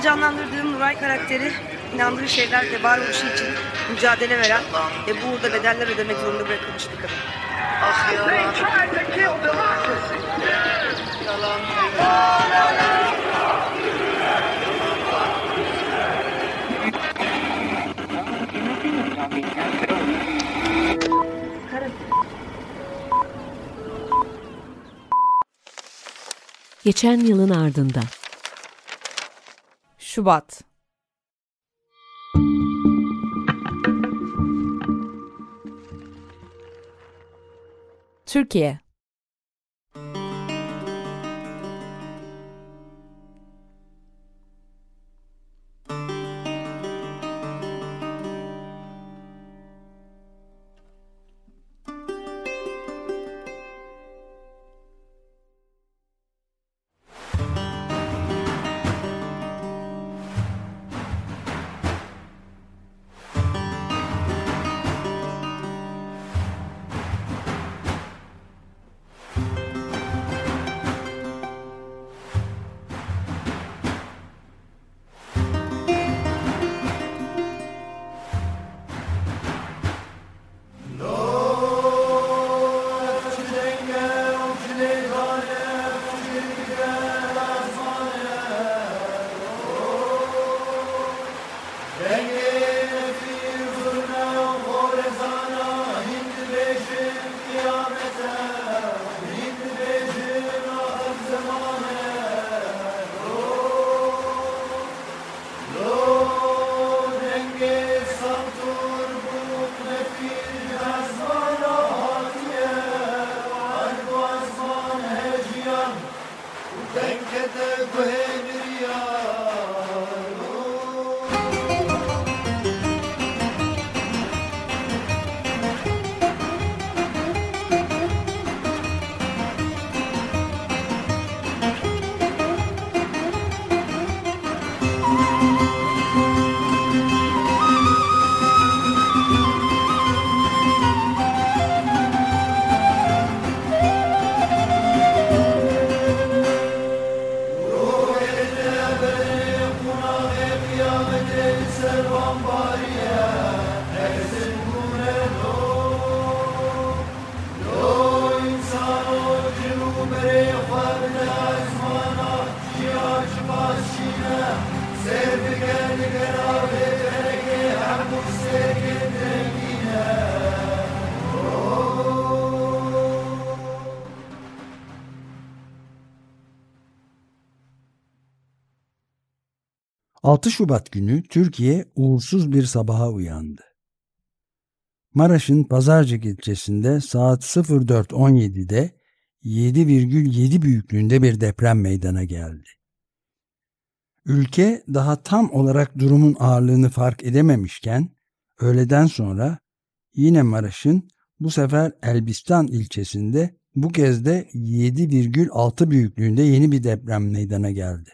canlandırdığım Nuray karakteri inandığı şeylerle varoluşu için mücadele veren ve bu uğurda bedeller ödemek zorunda bırakılmış bir kadın. Ah yalan. Yalan. Geçen yılın ardından. Şubat. Türkiye. ...6 Şubat günü Türkiye uğursuz bir sabaha uyandı. Maraş'ın Pazarcık ilçesinde saat 04:17'de 7,7 büyüklüğünde bir deprem meydana geldi. Ülke daha tam olarak durumun ağırlığını fark edememişken öğleden sonra yine Maraş'ın bu sefer Elbistan ilçesinde bu kez de 7,6 büyüklüğünde yeni bir deprem meydana geldi.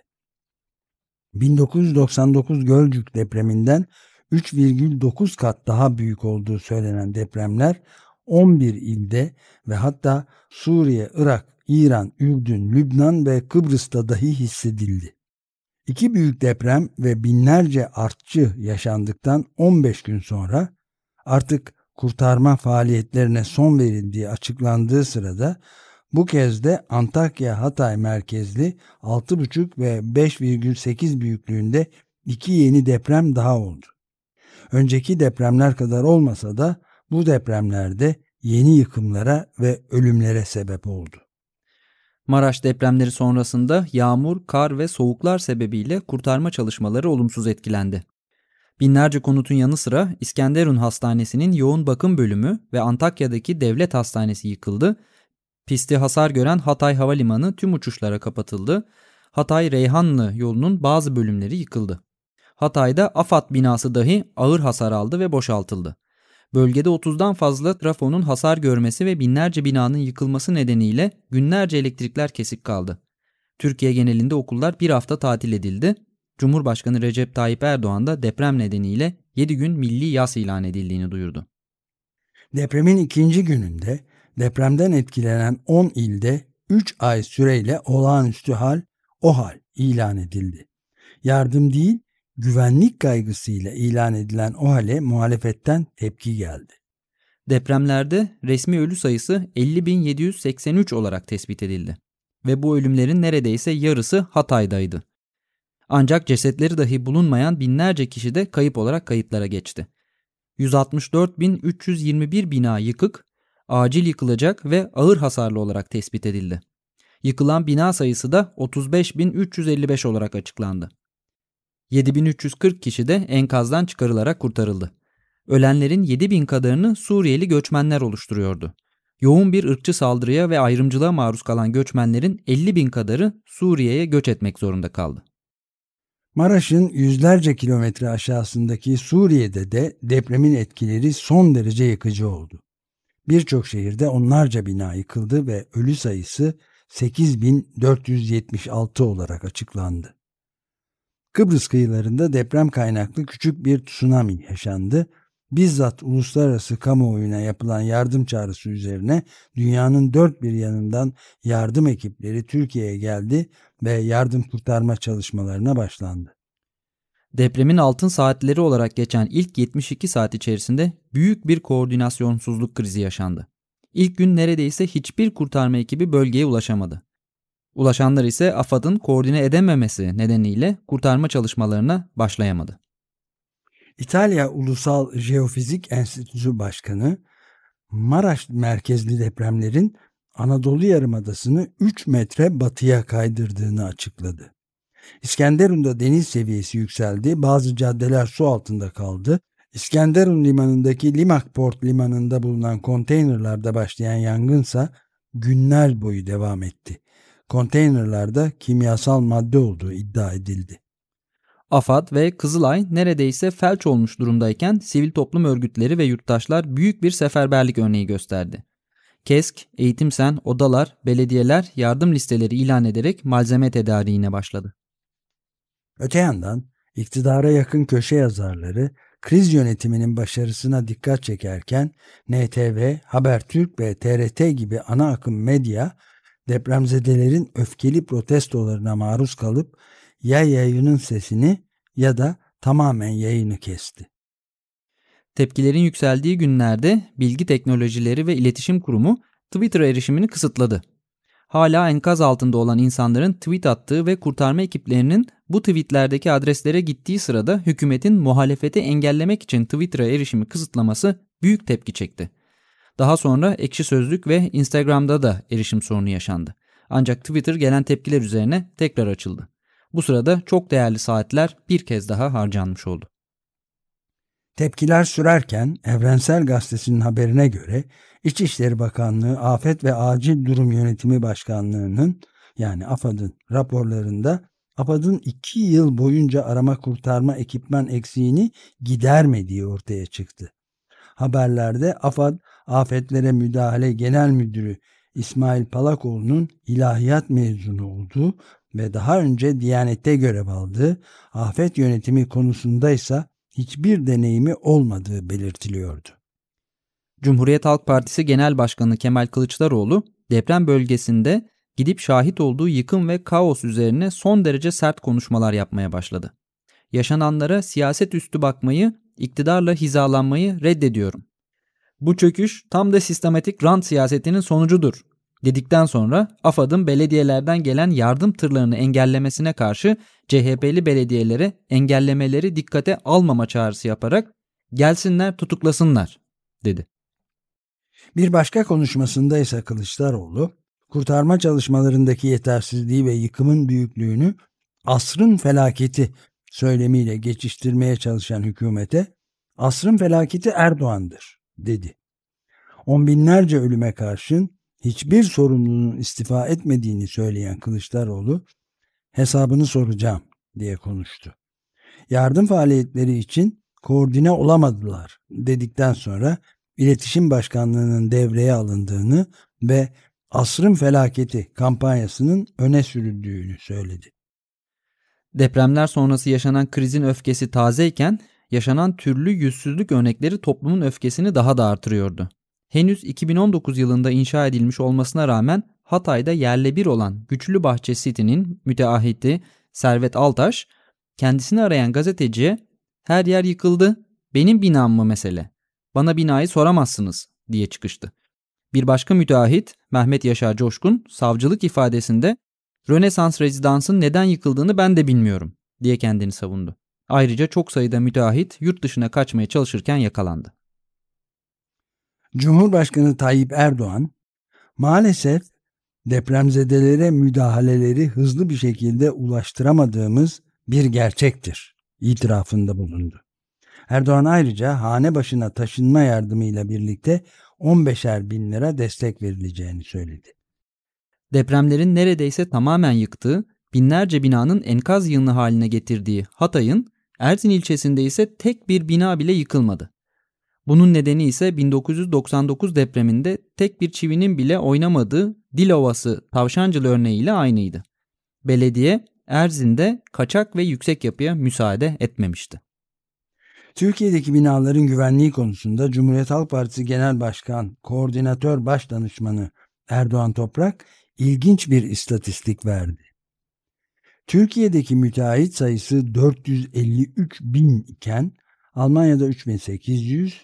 1999 Gölcük depreminden 3,9 kat daha büyük olduğu söylenen depremler 11 ilde ve hatta Suriye, Irak, İran, Ürdün, Lübnan ve Kıbrıs'ta dahi hissedildi. İki büyük deprem ve binlerce artçı yaşandıktan 15 gün sonra artık kurtarma faaliyetlerine son verildiği açıklandığı sırada bu kez de Antakya-Hatay merkezli 6,5 ve 5,8 büyüklüğünde iki yeni deprem daha oldu. Önceki depremler kadar olmasa da bu depremlerde yeni yıkımlara ve ölümlere sebep oldu. Maraş depremleri sonrasında yağmur, kar ve soğuklar sebebiyle kurtarma çalışmaları olumsuz etkilendi. Binlerce konutun yanı sıra İskenderun Hastanesi'nin yoğun bakım bölümü ve Antakya'daki devlet hastanesi yıkıldı. Pisti hasar gören Hatay Havalimanı tüm uçuşlara kapatıldı. Hatay-Reyhanlı yolunun bazı bölümleri yıkıldı. Hatay'da AFAD binası dahi ağır hasar aldı ve boşaltıldı. Bölgede 30'dan fazla trafonun hasar görmesi ve binlerce binanın yıkılması nedeniyle günlerce elektrikler kesik kaldı. Türkiye genelinde okullar bir hafta tatil edildi. Cumhurbaşkanı Recep Tayyip Erdoğan da deprem nedeniyle 7 gün milli yas ilan edildiğini duyurdu. Depremin ikinci gününde depremden etkilenen 10 ilde 3 ay süreyle olağanüstü hal, OHAL ilan edildi. Yardım değil, güvenlik kaygısıyla ilan edilen o hale muhalefetten tepki geldi. Depremlerde resmi ölü sayısı 50.783 olarak tespit edildi ve bu ölümlerin neredeyse yarısı Hatay'daydı. Ancak cesetleri dahi bulunmayan binlerce kişi de kayıp olarak kayıtlara geçti. 164.321 bina yıkık, acil yıkılacak ve ağır hasarlı olarak tespit edildi. Yıkılan bina sayısı da 35.355 olarak açıklandı. 7.340 kişi de enkazdan çıkarılarak kurtarıldı. Ölenlerin 7.000 kadarını Suriyeli göçmenler oluşturuyordu. Yoğun bir ırkçı saldırıya ve ayrımcılığa maruz kalan göçmenlerin 50.000 kadarı Suriye'ye göç etmek zorunda kaldı. Maraş'ın yüzlerce kilometre aşağısındaki Suriye'de de depremin etkileri son derece yıkıcı oldu. Birçok şehirde onlarca bina yıkıldı ve ölü sayısı 8.476 olarak açıklandı. Kıbrıs kıyılarında deprem kaynaklı küçük bir tsunami yaşandı. Bizzat uluslararası kamuoyuna yapılan yardım çağrısı üzerine dünyanın dört bir yanından yardım ekipleri Türkiye'ye geldi ve yardım kurtarma çalışmalarına başlandı. Depremin altın saatleri olarak geçen ilk 72 saat içerisinde büyük bir koordinasyonsuzluk krizi yaşandı. İlk gün neredeyse hiçbir kurtarma ekibi bölgeye ulaşamadı. Ulaşanlar ise AFAD'ın koordine edememesi nedeniyle kurtarma çalışmalarına başlayamadı. İtalya Ulusal Jeofizik Enstitüsü Başkanı, Maraş merkezli depremlerin Anadolu Yarımadası'nı 3 metre batıya kaydırdığını açıkladı. İskenderun'da deniz seviyesi yükseldi, bazı caddeler su altında kaldı. İskenderun limanındaki Limakport limanında bulunan konteynerlarda başlayan yangınsa günler boyu devam etti. Konteynerlarda kimyasal madde olduğu iddia edildi. AFAD ve Kızılay neredeyse felç olmuş durumdayken sivil toplum örgütleri ve yurttaşlar büyük bir seferberlik örneği gösterdi. KESK, Eğitimsen, odalar, belediyeler yardım listeleri ilan ederek malzeme tedariğine başladı. Öte yandan iktidara yakın köşe yazarları kriz yönetiminin başarısına dikkat çekerken NTV, Habertürk ve TRT gibi ana akım medya depremzedelerin öfkeli protestolarına maruz kalıp ya yayının sesini ya da tamamen yayını kesti. Tepkilerin yükseldiği günlerde Bilgi Teknolojileri ve İletişim Kurumu Twitter'a erişimini kısıtladı. Hala enkaz altında olan insanların tweet attığı ve kurtarma ekiplerinin bu tweetlerdeki adreslere gittiği sırada hükümetin muhalefeti engellemek için Twitter'a erişimi kısıtlaması büyük tepki çekti. Daha sonra Ekşi Sözlük ve Instagram'da da erişim sorunu yaşandı. Ancak Twitter gelen tepkiler üzerine tekrar açıldı. Bu sırada çok değerli saatler bir kez daha harcanmış oldu. Tepkiler sürerken Evrensel Gazetesi'nin haberine göre İçişleri Bakanlığı Afet ve Acil Durum Yönetimi Başkanlığı'nın yani AFAD'ın raporlarında AFAD'ın 2 yıl boyunca arama kurtarma ekipman eksiğini gidermediği ortaya çıktı. Haberlerde AFAD Afetlere Müdahale Genel Müdürü İsmail Palakoğlu'nun ilahiyat mezunu olduğu ve daha önce Diyanet'te görev aldığı, afet yönetimi konusunda ise hiçbir deneyimi olmadığı belirtiliyordu. Cumhuriyet Halk Partisi Genel Başkanı Kemal Kılıçdaroğlu deprem bölgesinde gidip şahit olduğu yıkım ve kaos üzerine son derece sert konuşmalar yapmaya başladı. Yaşananlara siyaset üstü bakmayı, iktidarla hizalanmayı reddediyorum. Bu çöküş tam da sistematik rant siyasetinin sonucudur dedikten sonra AFAD'ın belediyelerden gelen yardım tırlarını engellemesine karşı CHP'li belediyelere engellemeleri dikkate almama çağrısı yaparak gelsinler tutuklasınlar dedi. Bir başka konuşmasında ise Kılıçdaroğlu, kurtarma çalışmalarındaki yetersizliği ve yıkımın büyüklüğünü asrın felaketi söylemiyle geçiştirmeye çalışan hükümete asrın felaketi Erdoğan'dır dedi. On binlerce ölüme karşın hiçbir sorumlunun istifa etmediğini söyleyen Kılıçdaroğlu, hesabını soracağım diye konuştu. Yardım faaliyetleri için koordine olamadılar dedikten sonra İletişim Başkanlığı'nın devreye alındığını ve asrın felaketi kampanyasının öne sürüldüğünü söyledi. Depremler sonrası yaşanan krizin öfkesi tazeyken yaşanan türlü yüzsüzlük örnekleri toplumun öfkesini daha da artırıyordu. Henüz 2019 yılında inşa edilmiş olmasına rağmen Hatay'da yerle bir olan Güçlübahçe City'nin müteahhiti Servet Altaş, kendisini arayan gazeteciye "Her yer yıkıldı, benim binam mı mesele? Bana binayı soramazsınız" diye çıkıştı. Bir başka müteahhit Mehmet Yaşar Coşkun savcılık ifadesinde "Rönesans rezidansın neden yıkıldığını ben de bilmiyorum" diye kendini savundu. Ayrıca çok sayıda müteahhit yurt dışına kaçmaya çalışırken yakalandı. Cumhurbaşkanı Tayyip Erdoğan, "Maalesef depremzedelere müdahaleleri hızlı bir şekilde ulaştıramadığımız bir gerçektir" itirafında bulundu. Erdoğan ayrıca hane başına taşınma yardımıyla birlikte 15'er bin lira destek verileceğini söyledi. Depremlerin neredeyse tamamen yıktığı, binlerce binanın enkaz yığını haline getirdiği Hatay'ın Erzin ilçesinde ise tek bir bina bile yıkılmadı. Bunun nedeni ise 1999 depreminde tek bir çivinin bile oynamadığı Dilovası Tavşancılı örneğiyle aynıydı. Belediye Erzin'de kaçak ve yüksek yapıya müsaade etmemişti. Türkiye'deki binaların güvenliği konusunda Cumhuriyet Halk Partisi Genel Başkan, Koordinatör Başdanışmanı Erdoğan Toprak ilginç bir istatistik verdi. Türkiye'deki müteahhit sayısı 453 bin iken Almanya'da 3800,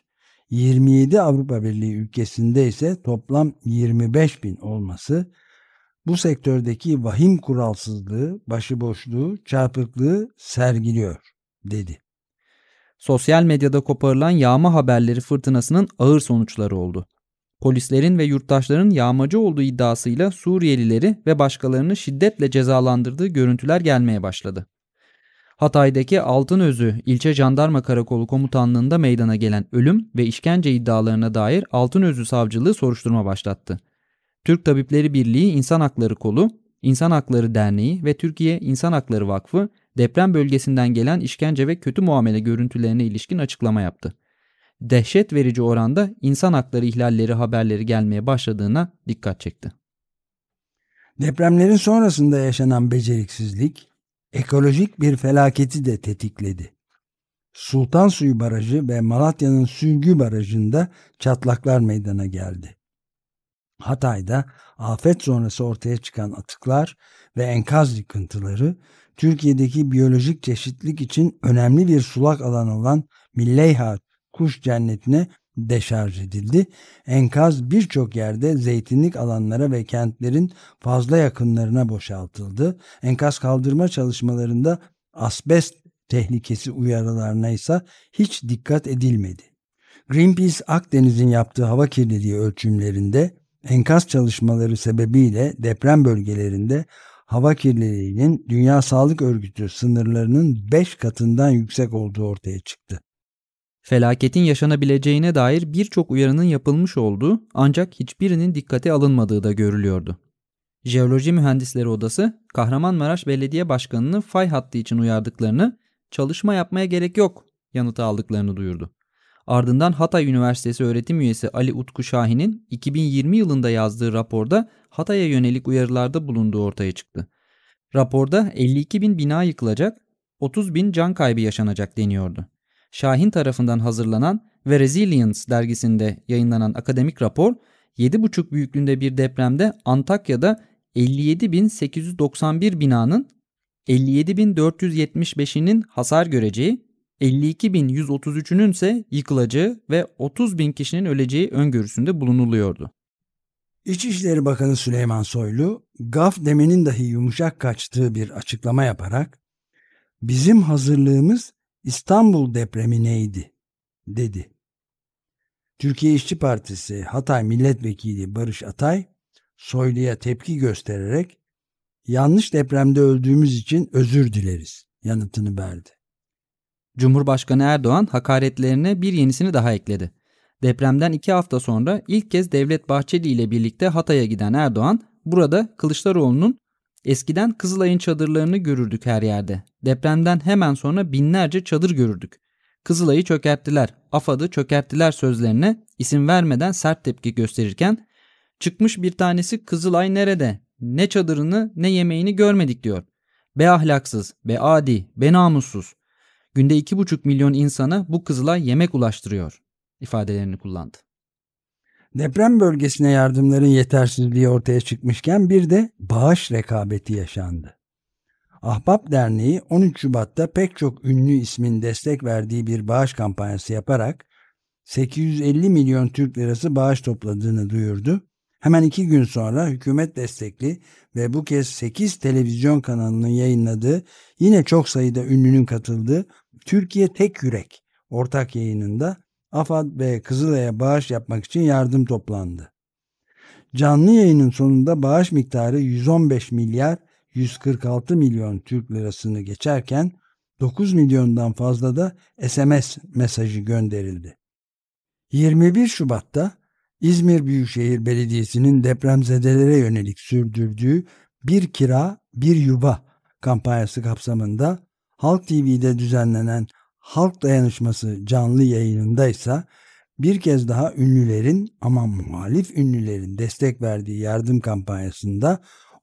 27 Avrupa Birliği ülkesinde ise toplam 25 bin olması bu sektördeki vahim kuralsızlığı, başıboşluğu, çarpıklığı sergiliyor, dedi. Sosyal medyada koparılan yağma haberleri fırtınasının ağır sonuçları oldu. Polislerin ve yurttaşların yağmacı olduğu iddiasıyla Suriyelileri ve başkalarını şiddetle cezalandırdığı görüntüler gelmeye başladı. Hatay'daki Altınözü İlçe Jandarma Karakolu Komutanlığı'nda meydana gelen ölüm ve işkence iddialarına dair Altınözü Savcılığı soruşturma başlattı. Türk Tabipleri Birliği İnsan Hakları Kolu, İnsan Hakları Derneği ve Türkiye İnsan Hakları Vakfı deprem bölgesinden gelen işkence ve kötü muamele görüntülerine ilişkin açıklama yaptı. Dehşet verici oranda insan hakları ihlalleri haberleri gelmeye başladığına dikkat çekti. Depremlerin sonrasında yaşanan beceriksizlik ekolojik bir felaketi de tetikledi. Sultansuyu Barajı ve Malatya'nın Sürgü Barajı'nda çatlaklar meydana geldi. Hatay'da afet sonrası ortaya çıkan atıklar ve enkaz yıkıntıları Türkiye'deki biyolojik çeşitlilik için önemli bir sulak alan olan Milleyha Kuş Cenneti'ne deşarj edildi. Enkaz birçok yerde zeytinlik alanlara ve kentlerin fazla yakınlarına boşaltıldı. Enkaz kaldırma çalışmalarında asbest tehlikesi uyarılarına ise hiç dikkat edilmedi. Greenpeace Akdeniz'in yaptığı hava kirliliği ölçümlerinde enkaz çalışmaları sebebiyle deprem bölgelerinde hava kirliliğinin Dünya Sağlık Örgütü sınırlarının 5 katından yüksek olduğu ortaya çıktı. Felaketin yaşanabileceğine dair birçok uyarının yapılmış olduğu ancak hiçbirinin dikkate alınmadığı da görülüyordu. Jeoloji Mühendisleri Odası, Kahramanmaraş Belediye Başkanı'nı fay hattı için uyardıklarını, çalışma yapmaya gerek yok yanıtı aldıklarını duyurdu. Ardından Hatay Üniversitesi öğretim üyesi Ali Utku Şahin'in 2020 yılında yazdığı raporda Hatay'a yönelik uyarılarda bulunduğu ortaya çıktı. Raporda 52 bin bina yıkılacak, 30 bin can kaybı yaşanacak deniyordu. Şahin tarafından hazırlanan ve Resilience dergisinde yayınlanan akademik rapor, 7,5 büyüklüğünde bir depremde Antakya'da 57.891 binanın 57.475'inin hasar göreceği, 52.133'ünün ise yıkılacağı ve 30.000 kişinin öleceği öngörüsünde bulunuluyordu. İçişleri Bakanı Süleyman Soylu, gaf demenin dahi yumuşak kaçtığı bir açıklama yaparak, "Bizim hazırlığımız İstanbul depremineydi," dedi. Türkiye İşçi Partisi Hatay Milletvekili Barış Atay, Soylu'ya tepki göstererek "Yanlış depremde öldüğümüz için özür dileriz" yanıtını verdi. Cumhurbaşkanı Erdoğan hakaretlerine bir yenisini daha ekledi. Depremden 2 hafta sonra ilk kez Devlet Bahçeli ile birlikte Hatay'a giden Erdoğan, burada Kılıçdaroğlu'nun "Eskiden Kızılay'ın çadırlarını görürdük her yerde. Depremden hemen sonra binlerce çadır görürdük. Kızılay'ı çökerttiler, AFAD'ı çökerttiler" sözlerine isim vermeden sert tepki gösterirken, "Çıkmış bir tanesi Kızılay nerede? Ne çadırını ne yemeğini görmedik" diyor. "Be ahlaksız, be adi, be namussuz. Günde 2,5 milyon insana bu Kızılay yemek ulaştırıyor" ifadelerini kullandı. Deprem bölgesine yardımların yetersizliği ortaya çıkmışken bir de bağış rekabeti yaşandı. Ahbap Derneği 13 Şubat'ta pek çok ünlü ismin destek verdiği bir bağış kampanyası yaparak 850 milyon Türk lirası bağış topladığını duyurdu. Hemen 2 gün sonra hükümet destekli ve bu kez 8 televizyon kanalının yayınladığı, yine çok sayıda ünlünün katıldığı Türkiye Tek Yürek ortak yayınında AFAD ve Kızılay'a bağış yapmak için yardım toplandı. Canlı yayının sonunda bağış miktarı 115 milyar 146 milyon Türk lirasını geçerken 9 milyondan fazla da SMS mesajı gönderildi. 21 Şubat'ta İzmir Büyükşehir Belediyesi'nin depremzedelere yönelik sürdürdüğü Bir Kira Bir Yuva kampanyası kapsamında Halk TV'de düzenlenen Halk Dayanışması canlı yayınında ise bir kez daha ünlülerin ama muhalif ünlülerin destek verdiği yardım kampanyasında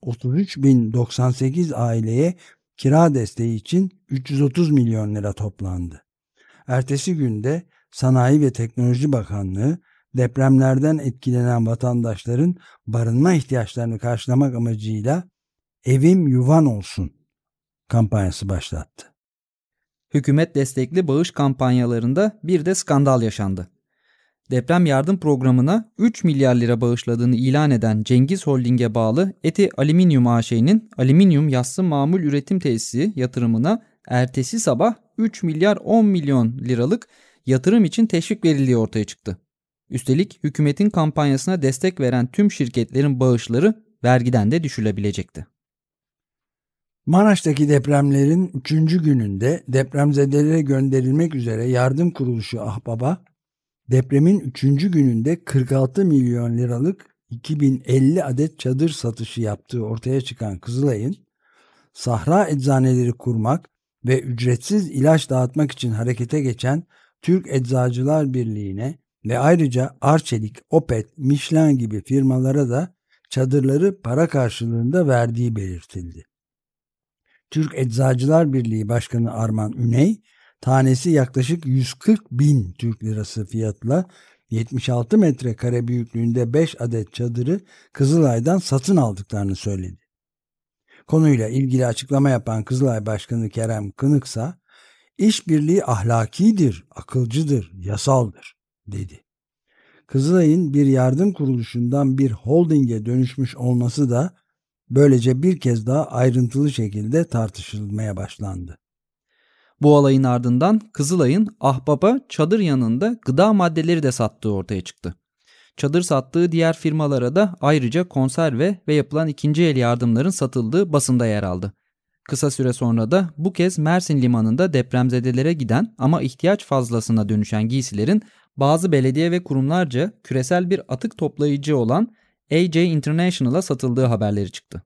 33.098 aileye kira desteği için 330 milyon lira toplandı. Ertesi günde Sanayi ve Teknoloji Bakanlığı depremlerden etkilenen vatandaşların barınma ihtiyaçlarını karşılamak amacıyla Evim Yuvan Olsun kampanyası başlattı. Hükümet destekli bağış kampanyalarında bir de skandal yaşandı. Deprem yardım programına 3 milyar lira bağışladığını ilan eden Cengiz Holding'e bağlı Eti Alüminyum AŞ'nin alüminyum yassı mamul üretim tesisi yatırımına ertesi sabah 3 milyar 10 milyon liralık yatırım için teşvik verildiği ortaya çıktı. Üstelik hükümetin kampanyasına destek veren tüm şirketlerin bağışları vergiden de düşülebilecekti. Maraş'taki depremlerin 3. gününde depremzedelere gönderilmek üzere yardım kuruluşu Ahbap'a depremin 3. gününde 46 milyon liralık 2050 adet çadır satışı yaptığı ortaya çıkan Kızılay'ın sahra eczaneleri kurmak ve ücretsiz ilaç dağıtmak için harekete geçen Türk Eczacılar Birliği'ne ve ayrıca Arçelik, Opet, Michelin gibi firmalara da çadırları para karşılığında verdiği belirtildi. Türk Eczacılar Birliği Başkanı Arman Üney, tanesi yaklaşık 140 bin Türk lirası fiyatla 76 metrekare büyüklüğünde 5 adet çadırı Kızılay'dan satın aldıklarını söyledi. Konuyla ilgili açıklama yapan Kızılay Başkanı Kerem Kınıksa, "İşbirliği ahlakidir, akılcıdır, yasaldır," dedi. Kızılay'ın bir yardım kuruluşundan bir holdinge dönüşmüş olması da böylece bir kez daha ayrıntılı şekilde tartışılmaya başlandı. Bu olayın ardından Kızılay'ın Ahbap'a çadır yanında gıda maddeleri de sattığı ortaya çıktı. Çadır sattığı diğer firmalara da ayrıca konserve ve yapılan ikinci el yardımların satıldığı basında yer aldı. Kısa süre sonra da bu kez Mersin limanında depremzedelere giden ama ihtiyaç fazlasına dönüşen giysilerin bazı belediye ve kurumlarca küresel bir atık toplayıcı olan AJ International'a satıldığı haberleri çıktı.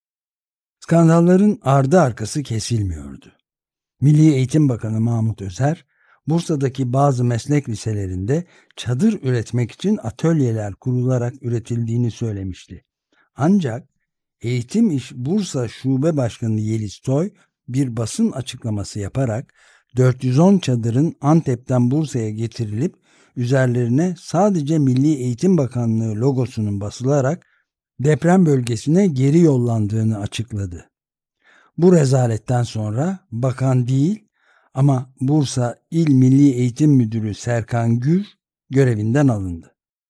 Skandalların ardı arkası kesilmiyordu. Milli Eğitim Bakanı Mahmut Özer, Bursa'daki bazı meslek liselerinde çadır üretmek için atölyeler kurularak üretildiğini söylemişti. Ancak Eğitim İş Bursa Şube Başkanı Yeliz Toy bir basın açıklaması yaparak 410 çadırın Antep'ten Bursa'ya getirilip üzerlerine sadece Milli Eğitim Bakanlığı logosunun basılarak deprem bölgesine geri yollandığını açıkladı. Bu rezaletten sonra bakan değil ama Bursa İl Milli Eğitim Müdürü Serkan Gür görevinden alındı.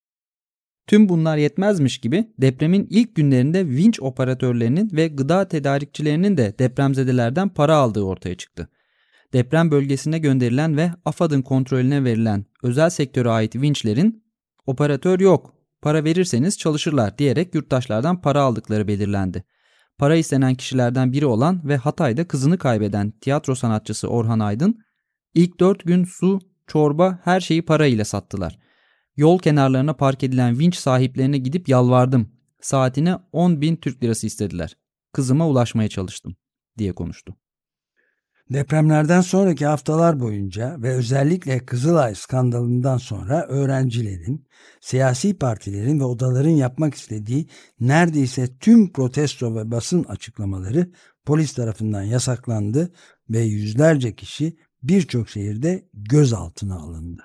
Tüm bunlar yetmezmiş gibi depremin ilk günlerinde vinç operatörlerinin ve gıda tedarikçilerinin de depremzedelerden para aldığı ortaya çıktı. Deprem bölgesine gönderilen ve AFAD'ın kontrolüne verilen özel sektöre ait vinçlerin "operatör yok, para verirseniz çalışırlar" diyerek yurttaşlardan para aldıkları belirlendi. Para istenen kişilerden biri olan ve Hatay'da kızını kaybeden tiyatro sanatçısı Orhan Aydın, "İlk 4 gün su, çorba, her şeyi parayla sattılar. Yol kenarlarına park edilen vinç sahiplerine gidip yalvardım. Saatine 10.000 Türk lirası istediler. Kızıma ulaşmaya çalıştım," diye konuştu. Depremlerden sonraki haftalar boyunca ve özellikle Kızılay skandalından sonra öğrencilerin, siyasi partilerin ve odaların yapmak istediği neredeyse tüm protesto ve basın açıklamaları polis tarafından yasaklandı ve yüzlerce kişi birçok şehirde gözaltına alındı.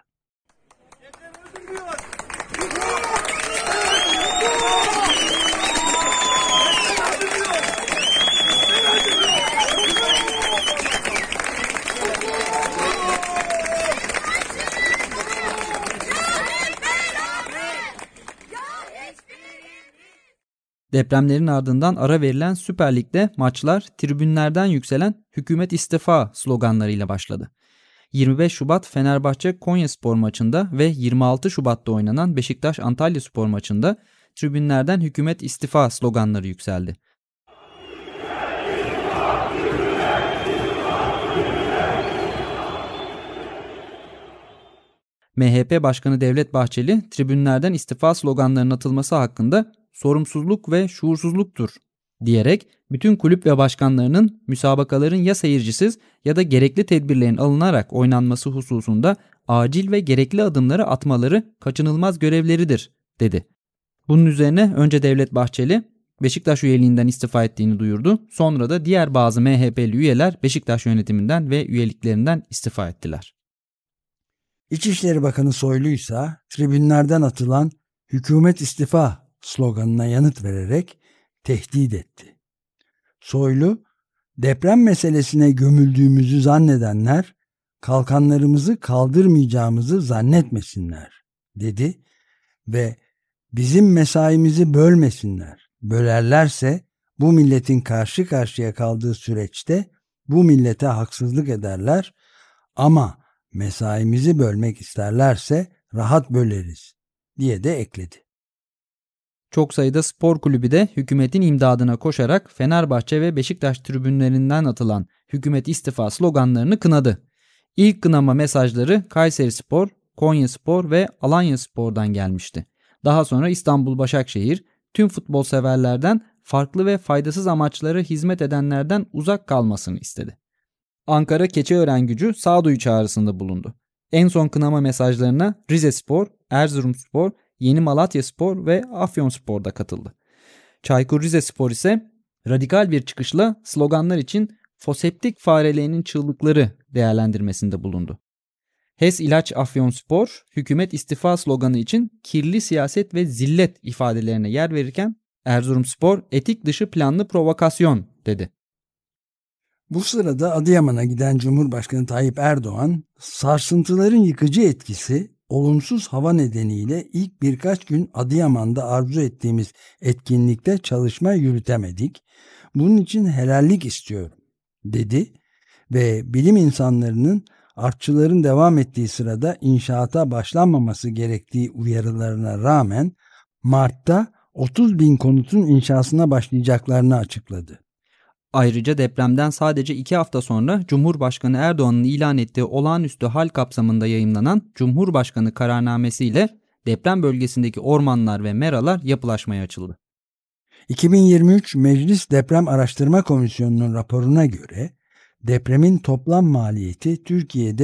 Depremlerin ardından ara verilen Süper Lig'de maçlar tribünlerden yükselen "Hükümet istifa" sloganlarıyla başladı. 25 Şubat Fenerbahçe Konyaspor maçında ve 26 Şubat'ta oynanan Beşiktaş Antalyaspor maçında tribünlerden "Hükümet istifa" sloganları yükseldi. MHP Başkanı Devlet Bahçeli, tribünlerden istifa sloganlarının atılması hakkında sorumsuzluk ve şuursuzluktur diyerek bütün kulüp ve başkanlarının müsabakaların ya seyircisiz ya da gerekli tedbirlerin alınarak oynanması hususunda acil ve gerekli adımları atmaları kaçınılmaz görevleridir dedi. Bunun üzerine önce Devlet Bahçeli Beşiktaş üyeliğinden istifa ettiğini duyurdu. Sonra da diğer bazı MHP'li üyeler Beşiktaş yönetiminden ve üyeliklerinden istifa ettiler. İçişleri Bakanı Soylu ise tribünlerden atılan "Hükümet istifa" sloganına yanıt vererek tehdit etti. Soylu, "Deprem meselesine gömüldüğümüzü zannedenler kalkanlarımızı kaldırmayacağımızı zannetmesinler" dedi ve "Bizim mesaimizi bölmesinler. Bölerlerse bu milletin karşı karşıya kaldığı süreçte bu millete haksızlık ederler ama mesaimizi bölmek isterlerse rahat böleriz" diye de ekledi. Çok sayıda spor kulübü de hükümetin imdadına koşarak Fenerbahçe ve Beşiktaş tribünlerinden atılan "Hükümet istifa" sloganlarını kınadı. İlk kınama mesajları Kayserispor, Konyaspor ve Alanyaspor'dan gelmişti. Daha sonra İstanbul Başakşehir, tüm futbol severlerden farklı ve faydasız amaçlara hizmet edenlerden uzak kalmasını istedi. Ankara Keçiören-Gücü sağduyu çağrısında bulundu. En son kınama mesajlarına Rizespor, Erzurumspor, Yeni Malatyaspor ve Afyonspor da katıldı. Çaykur Rizespor ise radikal bir çıkışla sloganlar için foseptik fareleğinin çığlıkları değerlendirmesinde bulundu. HES İlaç Afyonspor, "Hükümet istifa" sloganı için kirli siyaset ve zillet ifadelerine yer verirken Erzurumspor "etik dışı planlı provokasyon" dedi. Bu sırada Adıyaman'a giden Cumhurbaşkanı Tayyip Erdoğan, "Sarsıntıların yıkıcı etkisi, olumsuz hava nedeniyle ilk birkaç gün Adıyaman'da arzu ettiğimiz etkinlikte çalışma yürütemedik. Bunun için helallik istiyorum" dedi ve bilim insanlarının artçıların devam ettiği sırada inşaata başlanmaması gerektiği uyarılarına rağmen Mart'ta 30.000 konutun inşasına başlayacaklarını açıkladı. Ayrıca depremden sadece 2 hafta sonra Cumhurbaşkanı Erdoğan'ın ilan ettiği olağanüstü hal kapsamında yayımlanan Cumhurbaşkanı kararnamesiyle deprem bölgesindeki ormanlar ve meralar yapılaşmaya açıldı. 2023 Meclis Deprem Araştırma Komisyonu'nun raporuna göre depremin toplam maliyeti Türkiye'de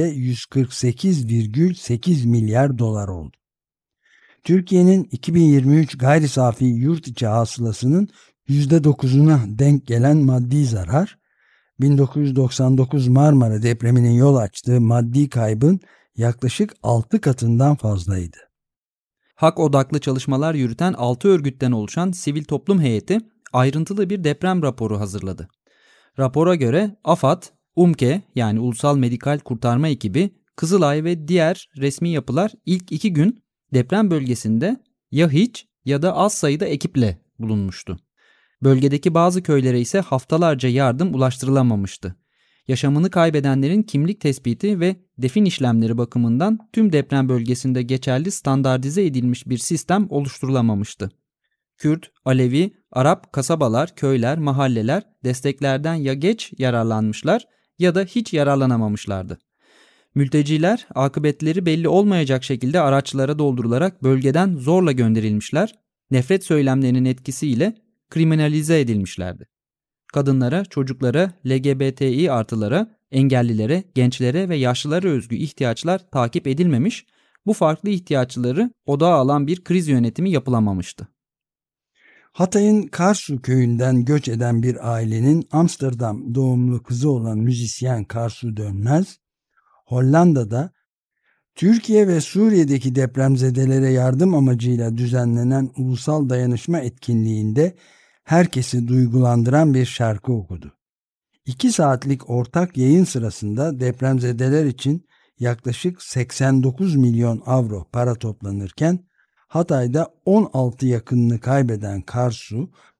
148,8 milyar dolar oldu. Türkiye'nin 2023 gayri safi yurt içi hasılasının %9'una denk gelen maddi zarar, 1999 Marmara depreminin yol açtığı maddi kaybın yaklaşık 6 katından fazlaydı. Hak odaklı çalışmalar yürüten 6 örgütten oluşan sivil toplum heyeti ayrıntılı bir deprem raporu hazırladı. Rapora göre AFAD, UMKE yani Ulusal Medikal Kurtarma Ekibi, Kızılay ve diğer resmi yapılar ilk 2 gün deprem bölgesinde ya hiç ya da az sayıda ekiple bulunmuştu. Bölgedeki bazı köylere ise haftalarca yardım ulaştırılamamıştı. Yaşamını kaybedenlerin kimlik tespiti ve defin işlemleri bakımından tüm deprem bölgesinde geçerli standartize edilmiş bir sistem oluşturulamamıştı. Kürt, Alevi, Arap kasabalar, köyler, mahalleler desteklerden ya geç yararlanmışlar ya da hiç yararlanamamışlardı. Mülteciler akıbetleri belli olmayacak şekilde araçlara doldurularak bölgeden zorla gönderilmişler, nefret söylemlerinin etkisiyle kriminalize edilmişlerdi. Kadınlara, çocuklara, LGBTİ artılara, engellilere, gençlere ve yaşlılara özgü ihtiyaçlar takip edilmemiş, bu farklı ihtiyaçları odağa alan bir kriz yönetimi yapılamamıştı. Hatay'ın Karsu köyünden göç eden bir ailenin Amsterdam doğumlu kızı olan müzisyen Karsu Dönmez, Hollanda'da Türkiye ve Suriye'deki depremzedelere yardım amacıyla düzenlenen ulusal dayanışma etkinliğinde herkesi duygulandıran bir şarkı okudu. 2 saatlik ortak yayın sırasında depremzedeler için yaklaşık 89 milyon avro para toplanırken Hatay'da 16 yakınını kaybeden Karsu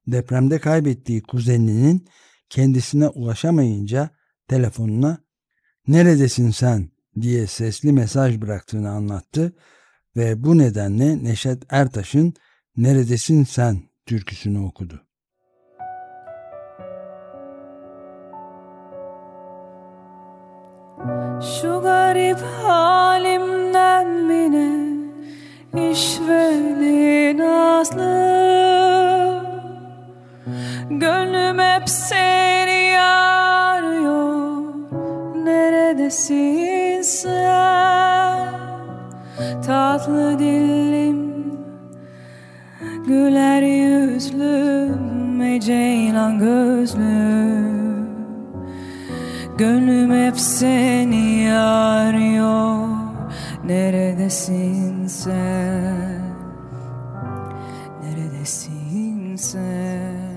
depremde kaybettiği kuzeninin kendisine ulaşamayınca telefonuna "Neredesin sen?" diye sesli mesaj bıraktığını anlattı ve bu nedenle Neşet Ertaş'ın "Neredesin sen?" türküsünü okudu. Şu garip halimden mi ne işveli nazlı, gönlüm hep seni arıyor. Neredesin sen? Tatlı dillim, güler yüzlüm, ey ceylan gözlüm, gönlüm hep seni arıyor. Neredesin sen? Neredesin sen?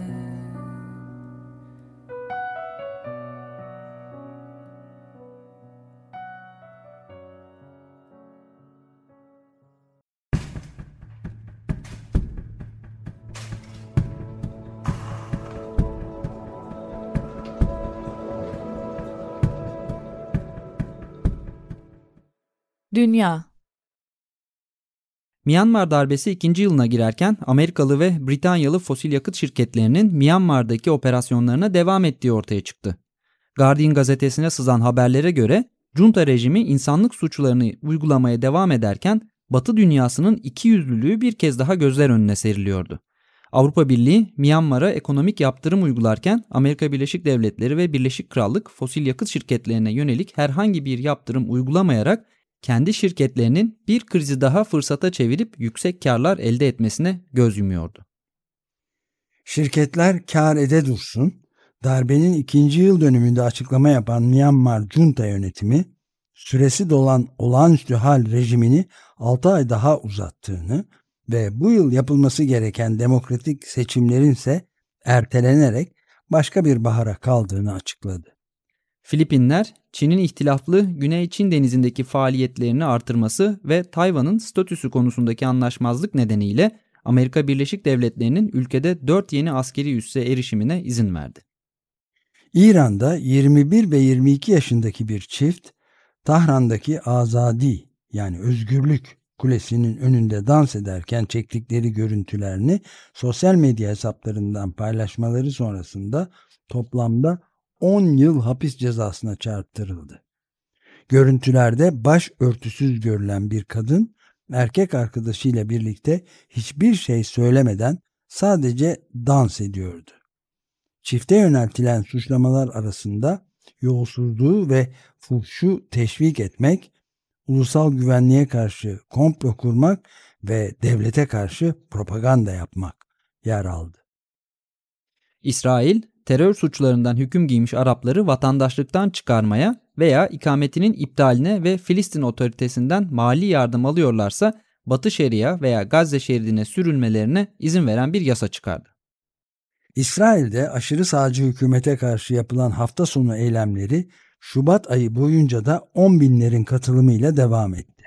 Dünya. Myanmar darbesi 2. yılına girerken Amerikalı ve Britanyalı fosil yakıt şirketlerinin Myanmar'daki operasyonlarına devam ettiği ortaya çıktı. Guardian gazetesine sızan haberlere göre junta rejimi insanlık suçlarını uygulamaya devam ederken Batı dünyasının ikiyüzlülüğü bir kez daha gözler önüne seriliyordu. Avrupa Birliği Myanmar'a ekonomik yaptırım uygularken Amerika Birleşik Devletleri ve Birleşik Krallık fosil yakıt şirketlerine yönelik herhangi bir yaptırım uygulamayarak kendi şirketlerinin bir krizi daha fırsata çevirip yüksek karlar elde etmesine göz yumuyordu. Şirketler kar ede dursun, darbenin 2. yıl dönümünde açıklama yapan Myanmar junta yönetimi, süresi dolan olağanüstü hal rejimini 6 ay daha uzattığını ve bu yıl yapılması gereken demokratik seçimlerin ise ertelenerek başka bir bahara kaldığını açıkladı. Filipinler, Çin'in ihtilaflı Güney Çin Denizi'ndeki faaliyetlerini artırması ve Tayvan'ın statüsü konusundaki anlaşmazlık nedeniyle Amerika Birleşik Devletleri'nin ülkede 4 yeni askeri üsse erişimine izin verdi. İran'da 21 ve 22 yaşındaki bir çift, Tahran'daki Azadi yani Özgürlük Kulesi'nin önünde dans ederken çektikleri görüntülerini sosyal medya hesaplarından paylaşmaları sonrasında toplamda 10 yıl hapis cezasına çarptırıldı. Görüntülerde baş örtüsüz görülen bir kadın erkek arkadaşıyla birlikte hiçbir şey söylemeden sadece dans ediyordu. Çifte yöneltilen suçlamalar arasında yolsuzluğu ve fuhşu teşvik etmek, ulusal güvenliğe karşı komplo kurmak ve devlete karşı propaganda yapmak yer aldı. İsrail, terör suçlarından hüküm giymiş Arapları vatandaşlıktan çıkarmaya veya ikametinin iptaline ve Filistin otoritesinden mali yardım alıyorlarsa Batı Şeria veya Gazze şeridine sürülmelerine izin veren bir yasa çıkardı. İsrail'de aşırı sağcı hükümete karşı yapılan hafta sonu eylemleri Şubat ayı boyunca da 10 binlerin katılımıyla devam etti.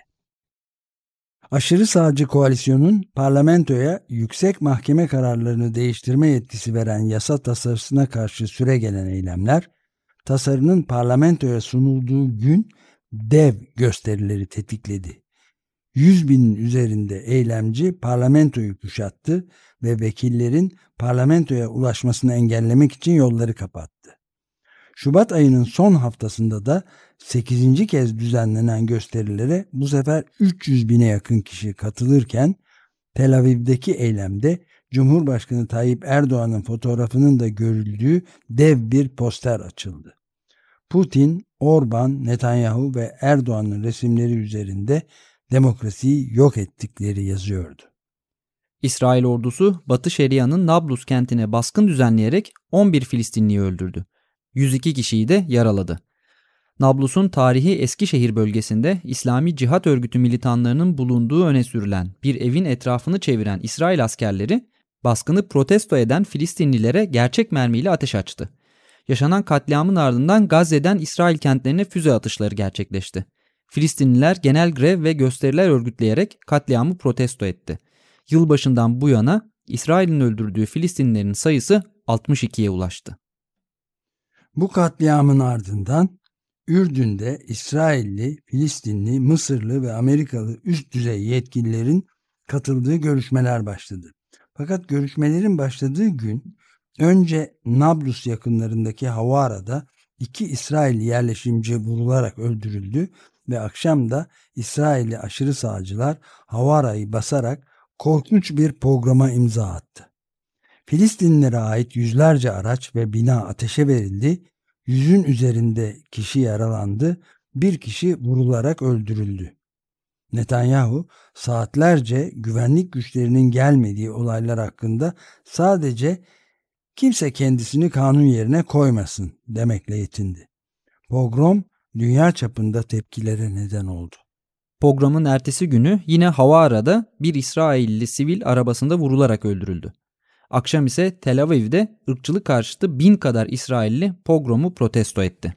Aşırı sağcı koalisyonun parlamentoya yüksek mahkeme kararlarını değiştirme yetkisi veren yasa tasarısına karşı süregelen eylemler, tasarının parlamentoya sunulduğu gün dev gösterileri tetikledi. 100 binin üzerinde eylemci parlamentoyu kuşattı ve vekillerin parlamentoya ulaşmasını engellemek için yolları kapattı. Şubat ayının son haftasında da 8. kez düzenlenen gösterilere bu sefer 300 bine yakın kişi katılırken Tel Aviv'deki eylemde Cumhurbaşkanı Tayyip Erdoğan'ın fotoğrafının da görüldüğü dev bir poster açıldı. Putin, Orban, Netanyahu ve Erdoğan'ın resimleri üzerinde demokrasiyi yok ettikleri yazıyordu. İsrail ordusu Batı Şeria'nın Nablus kentine baskın düzenleyerek 11 Filistinliyi öldürdü. 102 kişiyi de yaraladı. Nablus'un tarihi Eskişehir bölgesinde İslami Cihat Örgütü militanlarının bulunduğu öne sürülen bir evin etrafını çeviren İsrail askerleri baskını protesto eden Filistinlilere gerçek mermiyle ateş açtı. Yaşanan katliamın ardından Gazze'den İsrail kentlerine füze atışları gerçekleşti. Filistinliler genel grev ve gösteriler örgütleyerek katliamı protesto etti. Yılbaşından bu yana İsrail'in öldürdüğü Filistinlilerin sayısı 62'ye ulaştı. Bu katliamın ardından Ürdün'de İsrailli, Filistinli, Mısırlı ve Amerikalı üst düzey yetkililerin katıldığı görüşmeler başladı. Fakat görüşmelerin başladığı gün önce Nablus yakınlarındaki Havara'da 2 İsrailli yerleşimci vurularak öldürüldü ve akşam da İsrailli aşırı sağcılar Havara'yı basarak korkunç bir pogroma imza attı. Filistinlilere ait yüzlerce araç ve bina ateşe verildi, 100'ün üzerinde kişi yaralandı, bir kişi vurularak öldürüldü. Netanyahu saatlerce güvenlik güçlerinin gelmediği olaylar hakkında sadece kimse kendisini kanun yerine koymasın demekle yetindi. Pogrom dünya çapında tepkilere neden oldu. Pogromun ertesi günü yine Havara'da bir İsrailli sivil arabasında vurularak öldürüldü. Akşam ise Tel Aviv'de ırkçılık karşıtı 1000 kadar İsrailli pogromu protesto etti.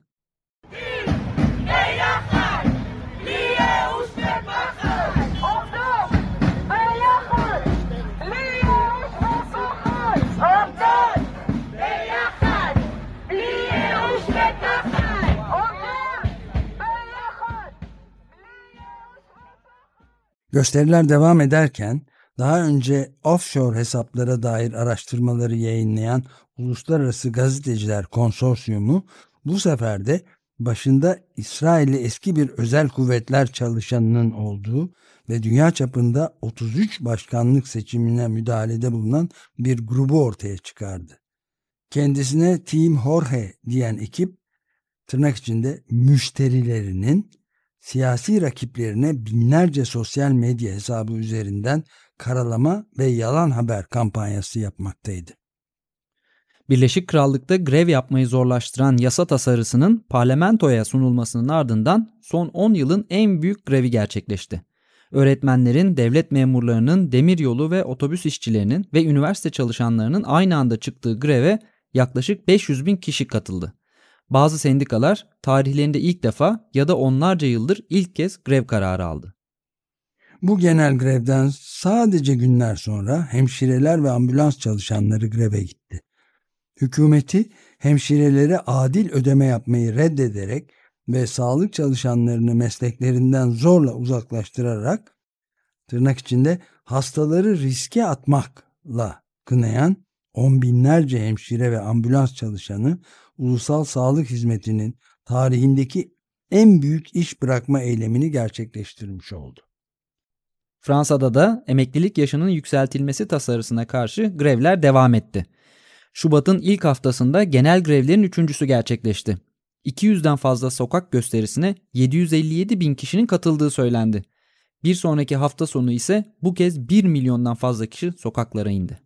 Gösteriler devam ederken daha önce offshore hesaplara dair araştırmaları yayınlayan Uluslararası Gazeteciler Konsorsiyumu bu sefer de başında İsrailli eski bir özel kuvvetler çalışanının olduğu ve dünya çapında 33 başkanlık seçimine müdahalede bulunan bir grubu ortaya çıkardı. Kendisine Team Jorge diyen ekip tırnak içinde müşterilerinin siyasi rakiplerine binlerce sosyal medya hesabı üzerinden karalama ve yalan haber kampanyası yapmaktaydı. Birleşik Krallık'ta grev yapmayı zorlaştıran yasa tasarısının parlamentoya sunulmasının ardından son 10 yılın en büyük grevi gerçekleşti. Öğretmenlerin, devlet memurlarının, demiryolu ve otobüs işçilerinin ve üniversite çalışanlarının aynı anda çıktığı greve yaklaşık 500.000 kişi katıldı. Bazı sendikalar tarihlerinde ilk defa ya da onlarca yıldır ilk kez grev kararı aldı. Bu genel grevden sadece günler sonra hemşireler ve ambulans çalışanları greve gitti. Hükümeti hemşirelere adil ödeme yapmayı reddederek ve sağlık çalışanlarını mesleklerinden zorla uzaklaştırarak tırnak içinde hastaları riske atmakla kınayan on binlerce hemşire ve ambulans çalışanı ulusal sağlık hizmetinin tarihindeki en büyük iş bırakma eylemini gerçekleştirmiş oldu. Fransa'da da emeklilik yaşının yükseltilmesi tasarısına karşı grevler devam etti. Şubat'ın ilk haftasında genel grevlerin 3.'sü gerçekleşti. 200'den fazla sokak gösterisine 757.000 kişinin katıldığı söylendi. Bir sonraki hafta sonu ise bu kez 1 milyondan fazla kişi sokaklara indi.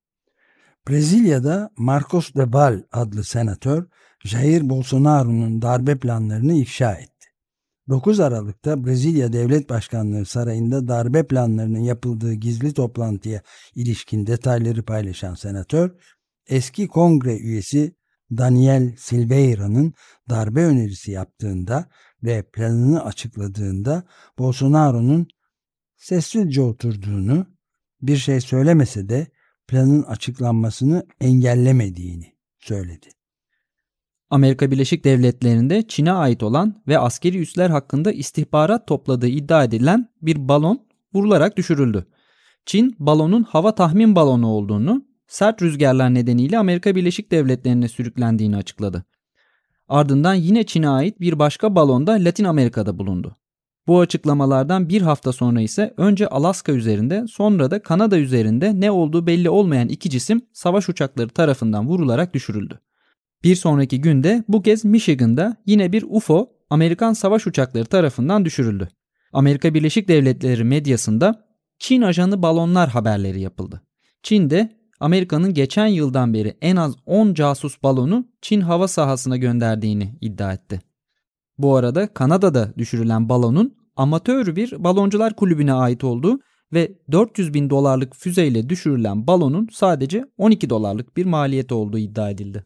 Brezilya'da Marcos de Val adlı senatör Jair Bolsonaro'nun darbe planlarını ifşa etti. 9 Aralık'ta Brezilya Devlet Başkanlığı Sarayı'nda darbe planlarının yapıldığı gizli toplantıya ilişkin detayları paylaşan senatör, eski kongre üyesi Daniel Silveira'nın darbe önerisi yaptığında ve planını açıkladığında Bolsonaro'nun sessizce oturduğunu, bir şey söylemese de planın açıklanmasını engellemediğini söyledi. Amerika Birleşik Devletleri'nde Çin'e ait olan ve askeri üsler hakkında istihbarat topladığı iddia edilen bir balon vurularak düşürüldü. Çin, balonun hava tahmin balonu olduğunu, sert rüzgarlar nedeniyle Amerika Birleşik Devletleri'ne sürüklendiğini açıkladı. Ardından yine Çin'e ait bir başka balon da Latin Amerika'da bulundu. Bu açıklamalardan bir hafta sonra ise önce Alaska üzerinde, sonra da Kanada üzerinde ne olduğu belli olmayan 2 cisim savaş uçakları tarafından vurularak düşürüldü. Bir sonraki günde bu kez Michigan'da yine bir UFO Amerikan savaş uçakları tarafından düşürüldü. Amerika Birleşik Devletleri medyasında Çin ajanı balonlar haberleri yapıldı. Çin'de Amerika'nın geçen yıldan beri en az 10 casus balonu Çin hava sahasına gönderdiğini iddia etti. Bu arada Kanada'da düşürülen balonun amatör bir baloncular kulübüne ait olduğu ve 400.000 dolarlık füzeyle düşürülen balonun sadece 12 dolarlık bir maliyeti olduğu iddia edildi.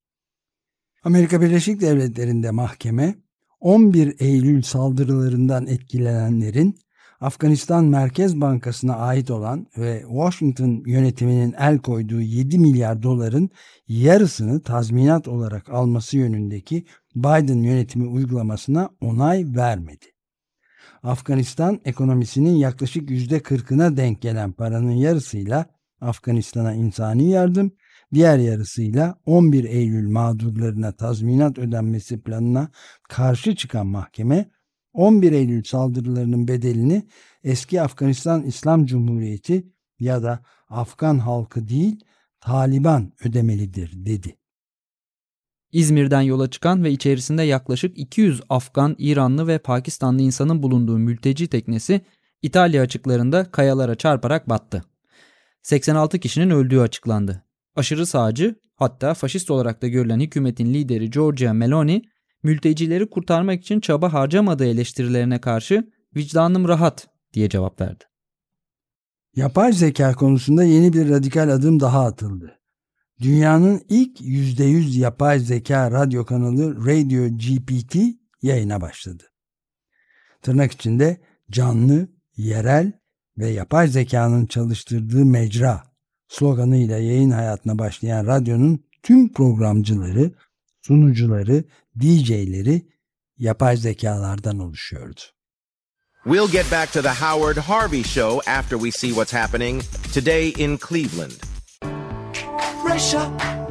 Amerika Birleşik Devletleri'nde mahkeme 11 Eylül saldırılarından etkilenenlerin Afganistan Merkez Bankası'na ait olan ve Washington yönetiminin el koyduğu 7 milyar doların yarısını tazminat olarak alması yönündeki Biden yönetimi uygulamasına onay vermedi. Afganistan ekonomisinin yaklaşık %40'ına denk gelen paranın yarısıyla Afganistan'a insani yardım, diğer yarısıyla 11 Eylül mağdurlarına tazminat ödenmesi planına karşı çıkan mahkeme, 11 Eylül saldırılarının bedelini eski Afganistan İslam Cumhuriyeti ya da Afgan halkı değil, Taliban ödemelidir dedi. İzmir'den yola çıkan ve içerisinde yaklaşık 200 Afgan, İranlı ve Pakistanlı insanın bulunduğu mülteci teknesi İtalya açıklarında kayalara çarparak battı. 86 kişinin öldüğü açıklandı. Aşırı sağcı, hatta faşist olarak da görülen hükümetin lideri Giorgia Meloni, mültecileri kurtarmak için çaba harcamadığı eleştirilerine karşı "vicdanım rahat" diye cevap verdi. Yapay zeka konusunda yeni bir radikal adım daha atıldı. Dünyanın ilk %100 yapay zeka radyo kanalı Radio GPT yayına başladı. Tırnak içinde canlı, yerel ve yapay zekanın çalıştırdığı mecra sloganıyla yayın hayatına başlayan radyonun tüm programcıları, sunucuları, DJ'leri yapay zekalardan oluşuyordu. We'll get back to the Howard Harvey Show after we see what's happening today in Cleveland. Pressure.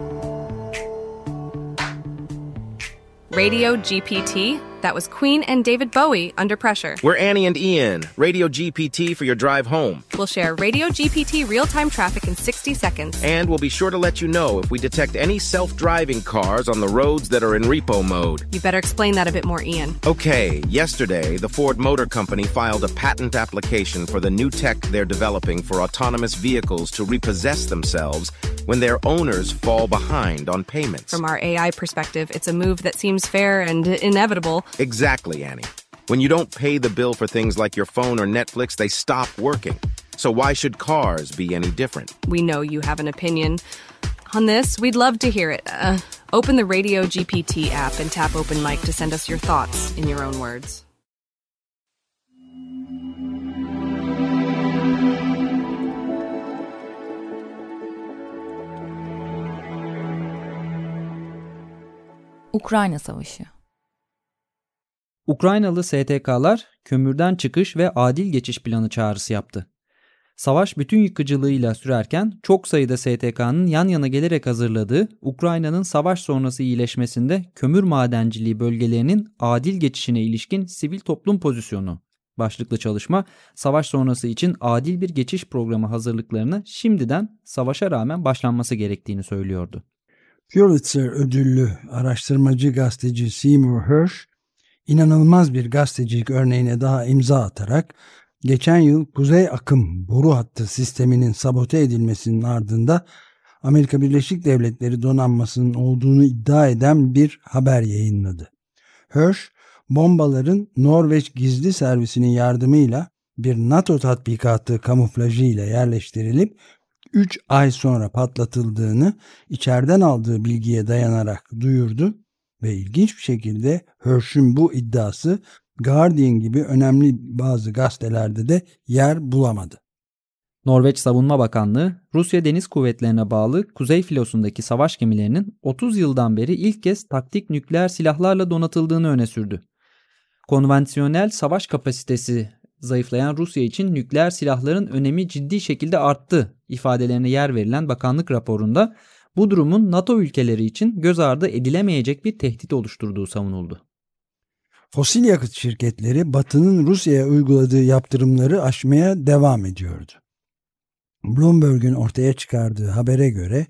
Radio GPT? That was Queen and David Bowie under pressure. We're Annie and Ian, Radio GPT for your drive home. We'll share Radio GPT real-time traffic in 60 seconds. And we'll be sure to let you know if we detect any self-driving cars on the roads that are in repo mode. You better explain that a bit more, Ian. Okay, yesterday, the Ford Motor Company filed a patent application for the new tech they're developing for autonomous vehicles to repossess themselves when their owners fall behind on payments. From our AI perspective, it's a move that seems fair and inevitable. Exactly, Annie. When you don't pay the bill for things like your phone or Netflix, they stop working. So why should cars be any different? We know you have an opinion on this. We'd love to hear it. Open the Radio GPT app and tap Open Mic to send us your thoughts in your own words. Ukrayna Savaşı. Ukraynalı STK'lar kömürden çıkış ve adil geçiş planı çağrısı yaptı. Savaş bütün yıkıcılığıyla sürerken çok sayıda STK'nın yan yana gelerek hazırladığı Ukrayna'nın savaş sonrası iyileşmesinde kömür madenciliği bölgelerinin adil geçişine ilişkin sivil toplum pozisyonu başlıklı çalışma, savaş sonrası için adil bir geçiş programı hazırlıklarını şimdiden savaşa rağmen başlanması gerektiğini söylüyordu. Pulitzer ödüllü araştırmacı gazeteci Seymour Hersh, inanılmaz bir gazetecilik örneğine daha imza atarak geçen yıl Kuzey Akım boru hattı sisteminin sabote edilmesinin ardında Amerika Birleşik Devletleri donanmasının olduğunu iddia eden bir haber yayınladı. Hersh, bombaların Norveç gizli servisinin yardımıyla bir NATO tatbikatı kamuflajıyla yerleştirilip 3 ay sonra patlatıldığını içeriden aldığı bilgiye dayanarak duyurdu ve ilginç bir şekilde Hersh'ün bu iddiası Guardian gibi önemli bazı gazetelerde de yer bulamadı. Norveç Savunma Bakanlığı, Rusya Deniz Kuvvetlerine bağlı Kuzey Filosu'ndaki savaş gemilerinin 30 yıldan beri ilk kez taktik nükleer silahlarla donatıldığını öne sürdü. Konvansiyonel savaş kapasitesi zayıflayan Rusya için nükleer silahların önemi ciddi şekilde arttı ifadelerine yer verilen bakanlık raporunda bu durumun NATO ülkeleri için göz ardı edilemeyecek bir tehdit oluşturduğu savunuldu. Fosil yakıt şirketleri Batı'nın Rusya'ya uyguladığı yaptırımları aşmaya devam ediyordu. Bloomberg'un ortaya çıkardığı habere göre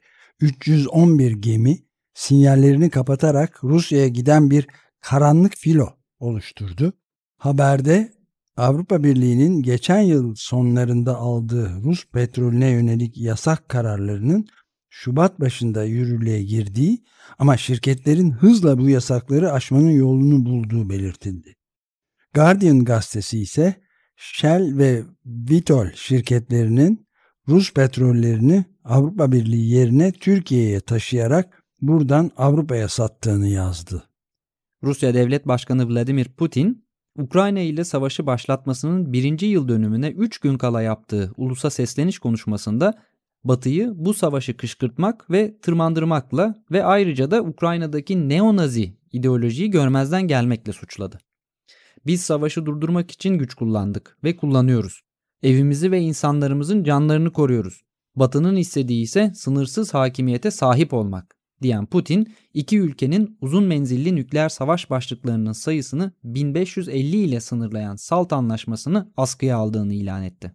311 gemi sinyallerini kapatarak Rusya'ya giden bir karanlık filo oluşturdu. Haberde Avrupa Birliği'nin geçen yıl sonlarında aldığı Rus petrolüne yönelik yasak kararlarının Şubat başında yürürlüğe girdiği ama şirketlerin hızla bu yasakları aşmanın yolunu bulduğu belirtildi. Guardian gazetesi ise Shell ve Vitol şirketlerinin Rus petrollerini Avrupa Birliği yerine Türkiye'ye taşıyarak buradan Avrupa'ya sattığını yazdı. Rusya Devlet Başkanı Vladimir Putin, Ukrayna ile savaşı başlatmasının 1. yıl dönümüne 3 gün kala yaptığı ulusa sesleniş konuşmasında Batı'yı bu savaşı kışkırtmak ve tırmandırmakla ve ayrıca da Ukrayna'daki neonazi ideolojiyi görmezden gelmekle suçladı. Biz savaşı durdurmak için güç kullandık ve kullanıyoruz. Evimizi ve insanlarımızın canlarını koruyoruz. Batı'nın istediği ise sınırsız hakimiyete sahip olmak, diyen Putin, iki ülkenin uzun menzilli nükleer savaş başlıklarının sayısını 1550 ile sınırlayan SALT anlaşmasını askıya aldığını ilan etti.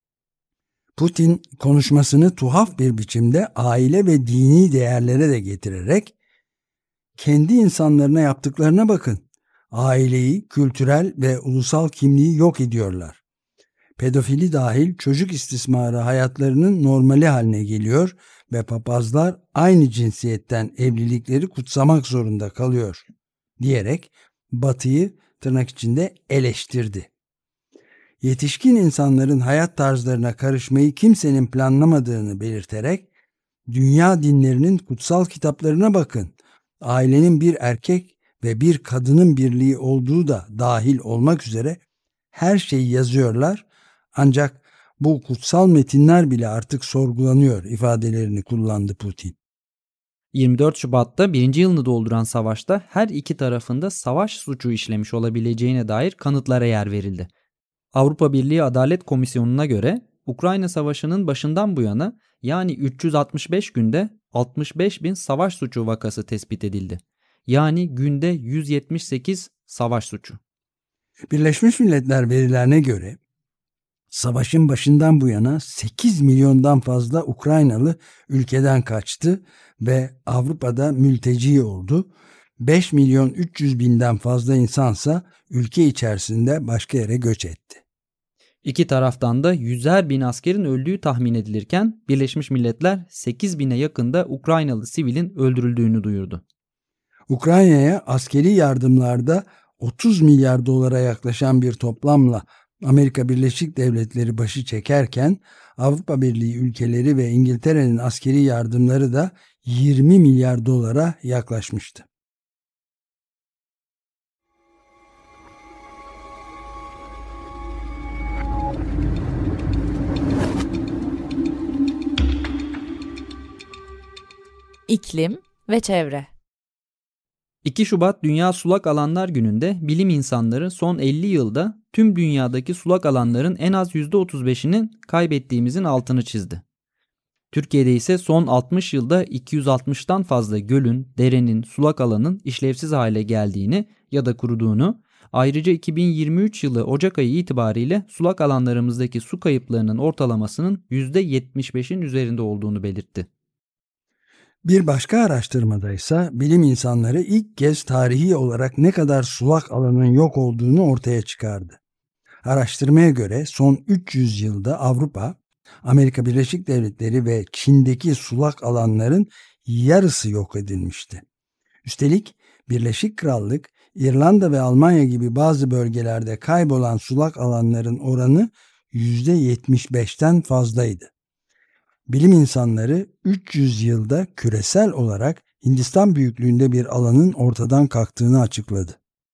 Putin konuşmasını tuhaf bir biçimde aile ve dini değerlere de getirerek kendi insanlarına yaptıklarına bakın. Aileyi, kültürel ve ulusal kimliği yok ediyorlar. Pedofili dahil çocuk istismarı hayatlarının normali haline geliyor ve papazlar aynı cinsiyetten evlilikleri kutsamak zorunda kalıyor diyerek Batı'yı tırnak içinde eleştirdi. Yetişkin insanların hayat tarzlarına karışmayı kimsenin planlamadığını belirterek dünya dinlerinin kutsal kitaplarına bakın. Ailenin bir erkek ve bir kadının birliği olduğu da dahil olmak üzere her şeyi yazıyorlar. Ancak bu kutsal metinler bile artık sorgulanıyor ifadelerini kullandı Putin. 24 Şubat'ta 1. yılını dolduran savaşta her iki tarafında savaş suçu işlemiş olabileceğine dair kanıtlara yer verildi. Avrupa Birliği Adalet Komisyonu'na göre Ukrayna Savaşı'nın başından bu yana yani 365 günde 65 bin savaş suçu vakası tespit edildi. Yani günde 178 savaş suçu. Birleşmiş Milletler verilerine göre savaşın başından bu yana 8 milyondan fazla Ukraynalı ülkeden kaçtı ve Avrupa'da mülteci oldu. 5 milyon 300 binden fazla insansa ülke içerisinde başka yere göç etti. İki taraftan da 100'er bin askerin öldüğü tahmin edilirken Birleşmiş Milletler 8 bine yakında Ukraynalı sivilin öldürüldüğünü duyurdu. Ukrayna'ya askeri yardımlarda 30 milyar dolara yaklaşan bir toplamla Amerika Birleşik Devletleri başı çekerken Avrupa Birliği ülkeleri ve İngiltere'nin askeri yardımları da 20 milyar dolara yaklaşmıştı. İklim ve çevre. 2 Şubat Dünya Sulak Alanlar Günü'nde bilim insanları son 50 yılda tüm dünyadaki sulak alanların en az %35'inin kaybettiğimizin altını çizdi. Türkiye'de ise son 60 yılda 260'tan fazla gölün, derenin, sulak alanın işlevsiz hale geldiğini ya da kuruduğunu, ayrıca 2023 yılı Ocak ayı itibariyle sulak alanlarımızdaki su kayıplarının ortalamasının %75'in üzerinde olduğunu belirtti. Bir başka araştırmada ise bilim insanları ilk kez tarihi olarak ne kadar sulak alanın yok olduğunu ortaya çıkardı. Araştırmaya göre son 300 yılda Avrupa, Amerika Birleşik Devletleri ve Çin'deki sulak alanların yarısı yok edilmişti. Üstelik Birleşik Krallık, İrlanda ve Almanya gibi bazı bölgelerde kaybolan sulak alanların oranı %75'ten fazlaydı. Bilim insanları 300 yılda küresel olarak Hindistan büyüklüğünde bir alanın ortadan kalktığını açıkladı.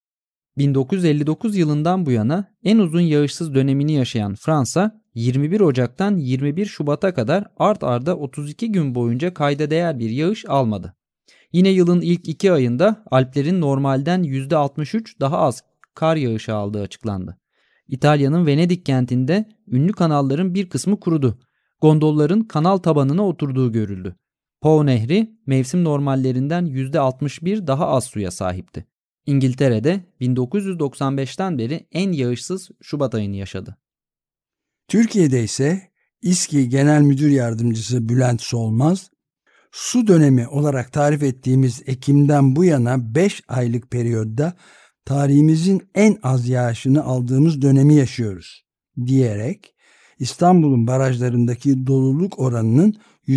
1959 yılından bu yana en uzun yağışsız dönemini yaşayan Fransa, 21 Ocak'tan 21 Şubat'a kadar art arda 32 gün boyunca kayda değer bir yağış almadı. Yine yılın ilk 2 ayında Alplerin normalden %63 daha az kar yağışı aldığı açıklandı. İtalya'nın Venedik kentinde ünlü kanalların bir kısmı kurudu. Gondolların kanal tabanına oturduğu görüldü. Po Nehri mevsim normallerinden %61 daha az suya sahipti. İngiltere'de 1995'ten beri en yağışsız Şubat ayını yaşadı. Türkiye'de ise İSKİ Genel Müdür Yardımcısı Bülent Solmaz, su dönemi olarak tarif ettiğimiz Ekim'den bu yana 5 aylık periyotta tarihimizin en az yağışını aldığımız dönemi yaşıyoruz diyerek İstanbul'un barajlarındaki doluluk oranının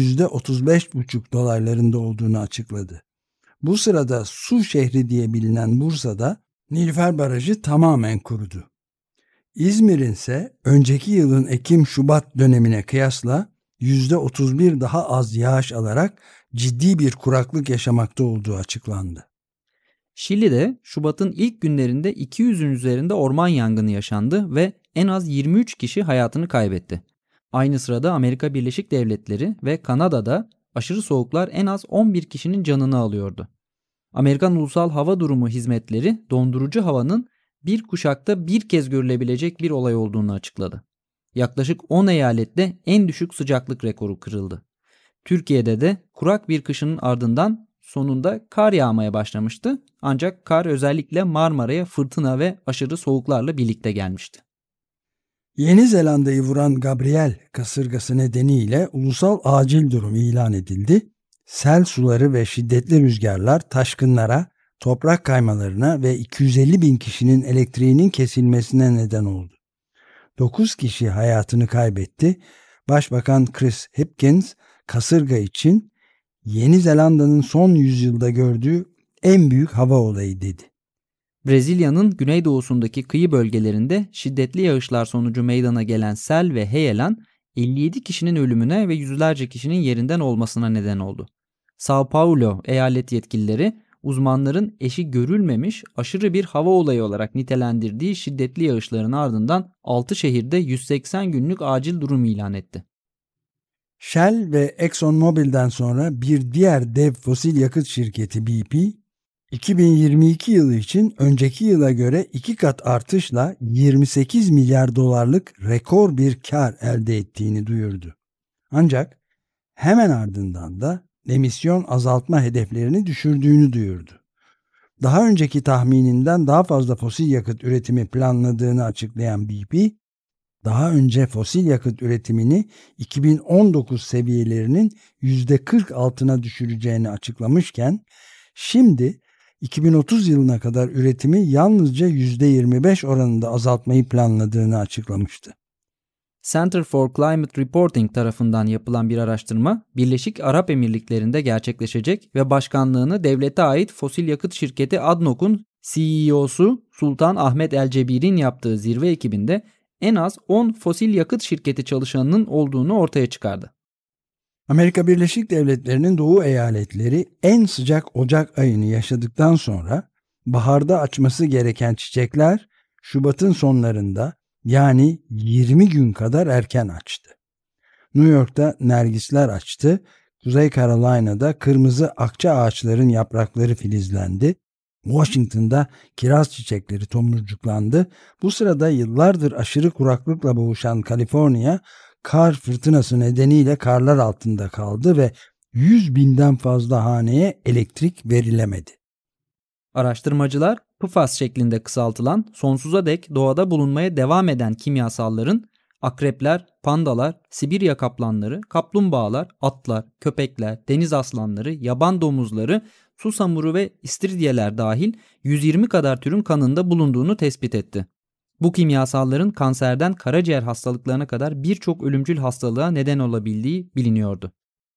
%35,5 dolaylarında olduğunu açıkladı. Bu sırada su şehri diye bilinen Bursa'da Nilüfer Barajı tamamen kurudu. İzmir'in ise önceki yılın Ekim-Şubat dönemine kıyasla %31 daha az yağış alarak ciddi bir kuraklık yaşamakta olduğu açıklandı. Şili'de Şubat'ın ilk günlerinde 200'ün üzerinde orman yangını yaşandı ve en az 23 kişi hayatını kaybetti. Aynı sırada Amerika Birleşik Devletleri ve Kanada'da aşırı soğuklar en az 11 kişinin canını alıyordu. Amerikan Ulusal Hava Durumu Hizmetleri dondurucu havanın bir kuşakta bir kez görülebilecek bir olay olduğunu açıkladı. Yaklaşık 10 eyalette en düşük sıcaklık rekoru kırıldı. Türkiye'de de kurak bir kışın ardından sonunda kar yağmaya başlamıştı. Ancak kar özellikle Marmara'ya fırtına ve aşırı soğuklarla birlikte gelmişti. Yeni Zelanda'yı vuran Gabriel kasırgası nedeniyle ulusal acil durum ilan edildi. Sel suları ve şiddetli rüzgarlar taşkınlara, toprak kaymalarına ve 250 bin kişinin elektriğinin kesilmesine neden oldu. 9 kişi hayatını kaybetti. Başbakan Chris Hipkins kasırga için Yeni Zelanda'nın son yüzyılda gördüğü en büyük hava olayı dedi. Brezilya'nın güneydoğusundaki kıyı bölgelerinde şiddetli yağışlar sonucu meydana gelen sel ve heyelan 57 kişinin ölümüne ve yüzlerce kişinin yerinden olmasına neden oldu. São Paulo eyalet yetkilileri uzmanların eşi görülmemiş aşırı bir hava olayı olarak nitelendirdiği şiddetli yağışların ardından 6 şehirde 180 günlük acil durum ilan etti. Shell ve ExxonMobil'den sonra bir diğer dev fosil yakıt şirketi BP, 2022 yılı için önceki yıla göre 2 kat artışla 28 milyar dolarlık rekor bir kar elde ettiğini duyurdu. Ancak hemen ardından da emisyon azaltma hedeflerini düşürdüğünü duyurdu. Daha önceki tahmininden daha fazla fosil yakıt üretimi planladığını açıklayan BP, daha önce fosil yakıt üretimini 2019 seviyelerinin %40 altına düşüreceğini açıklamışken, şimdi 2030 yılına kadar üretimi yalnızca %25 oranında azaltmayı planladığını açıklamıştı. Center for Climate Reporting tarafından yapılan bir araştırma, Birleşik Arap Emirlikleri'nde gerçekleşecek ve başkanlığını devlete ait fosil yakıt şirketi ADNOC'un CEO'su Sultan Ahmet El-Cebir'in yaptığı zirve ekibinde en az 10 fosil yakıt şirketi çalışanının olduğunu ortaya çıkardı. Amerika Birleşik Devletleri'nin doğu eyaletleri en sıcak Ocak ayını yaşadıktan sonra baharda açması gereken çiçekler Şubat'ın sonlarında, yani 20 gün kadar erken açtı. New York'ta nergisler açtı, Kuzey Carolina'da kırmızı akça ağaçların yaprakları filizlendi, Washington'da kiraz çiçekleri tomurcuklandı. Bu sırada yıllardır aşırı kuraklıkla boğuşan Kaliforniya, kar fırtınası nedeniyle karlar altında kaldı ve 100 binden fazla haneye elektrik verilemedi. Araştırmacılar PFAS şeklinde kısaltılan sonsuza dek doğada bulunmaya devam eden kimyasalların akrepler, pandalar, Sibirya kaplanları, kaplumbağalar, atlar, köpekler, deniz aslanları, yaban domuzları, susamuru ve istiridyeler dahil 120 kadar türün kanında bulunduğunu tespit etti. Bu kimyasalların kanserden karaciğer hastalıklarına kadar birçok ölümcül hastalığa neden olabildiği biliniyordu.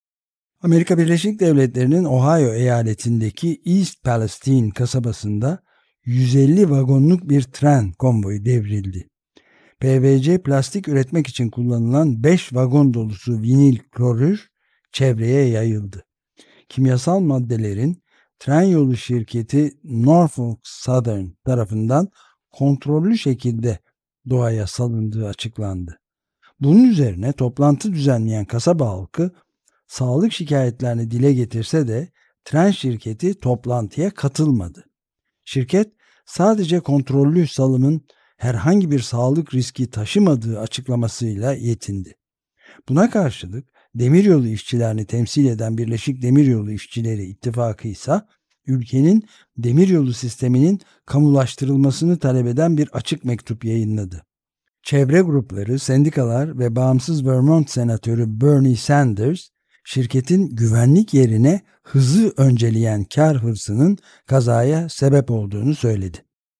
Amerika Birleşik Devletleri'nin Ohio eyaletindeki East Palestine kasabasında 150 vagonluk bir tren konvoyu devrildi. PVC plastik üretmek için kullanılan 5 vagon dolusu vinil klorür çevreye yayıldı. Kimyasal maddelerin tren yolu şirketi Norfolk Southern tarafından kontrollü şekilde doğaya salındığı açıklandı. Bunun üzerine toplantı düzenleyen kasaba halkı sağlık şikayetlerini dile getirse de tren şirketi toplantıya katılmadı. Şirket sadece kontrollü salımın herhangi bir sağlık riski taşımadığı açıklamasıyla yetindi. Buna karşılık demiryolu işçilerini temsil eden Birleşik Demiryolu İşçileri İttifakı ise ülkenin demiryolu sisteminin kamulaştırılmasını talep eden bir açık mektup yayınladı. Çevre grupları, sendikalar ve bağımsız Vermont Senatörü Bernie Sanders, şirketin güvenlik yerine hızı önceleyen kar hırsının kazaya sebep olduğunu söyledi.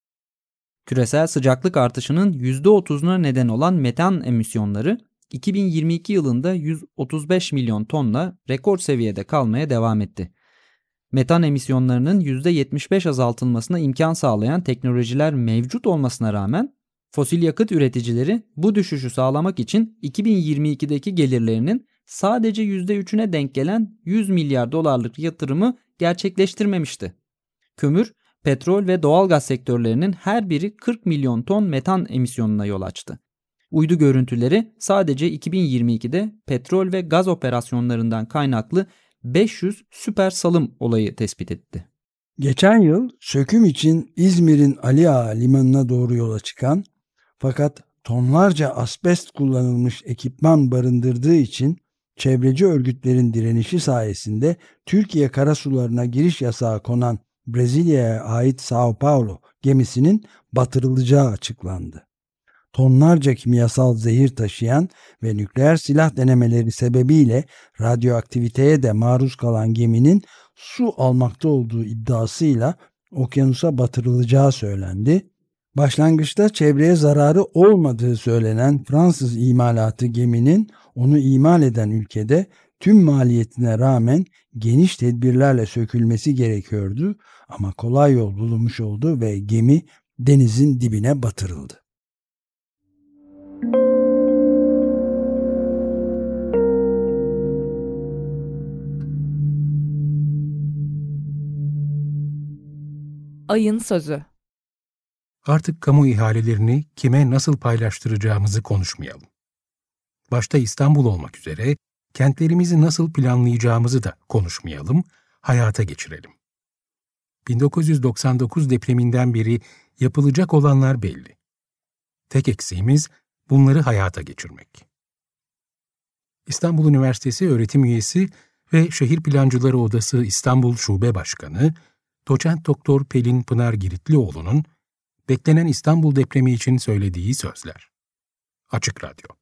Küresel sıcaklık artışının %30'una neden olan metan emisyonları 2022 yılında 135 milyon tonla rekor seviyede kalmaya devam etti. Metan emisyonlarının %75 azaltılmasına imkan sağlayan teknolojiler mevcut olmasına rağmen fosil yakıt üreticileri bu düşüşü sağlamak için 2022'deki gelirlerinin sadece %3'üne denk gelen 100 milyar dolarlık yatırımı gerçekleştirmemişti. Kömür petrol ve doğalgaz sektörlerinin her biri 40 milyon ton metan emisyonuna yol açtı. Uydu görüntüleri sadece 2022'de petrol ve gaz operasyonlarından kaynaklı 500 süper salım olayı tespit etti. Geçen yıl söküm için İzmir'in Ali Ağa limanına doğru yola çıkan fakat tonlarca asbest kullanılmış ekipman barındırdığı için çevreci örgütlerin direnişi sayesinde Türkiye karasularına giriş yasağı konan Brezilya'ya ait Sao Paulo gemisinin batırılacağı açıklandı. Tonlarca kimyasal zehir taşıyan ve nükleer silah denemeleri sebebiyle radyoaktiviteye de maruz kalan geminin su almakta olduğu iddiasıyla okyanusa batırılacağı söylendi. Başlangıçta çevreye zararı olmadığı söylenen Fransız imalatı geminin onu imal eden ülkede tüm maliyetine rağmen geniş tedbirlerle sökülmesi gerekiyordu ama kolay yol bulunmuş oldu ve gemi denizin dibine batırıldı. Ayın sözü. Artık kamu ihalelerini kime nasıl paylaştıracağımızı konuşmayalım. Başta İstanbul olmak üzere kentlerimizi nasıl planlayacağımızı da konuşmayalım, hayata geçirelim. 1999 depreminden beri yapılacak olanlar belli. Tek eksiğimiz bunları hayata geçirmek. İstanbul Üniversitesi öğretim üyesi ve Şehir Plancıları Odası İstanbul Şube Başkanı, Doçent Doktor Pelin Pınar Giritlioğlu'nun beklenen İstanbul depremi için söylediği sözler. Açık Radyo.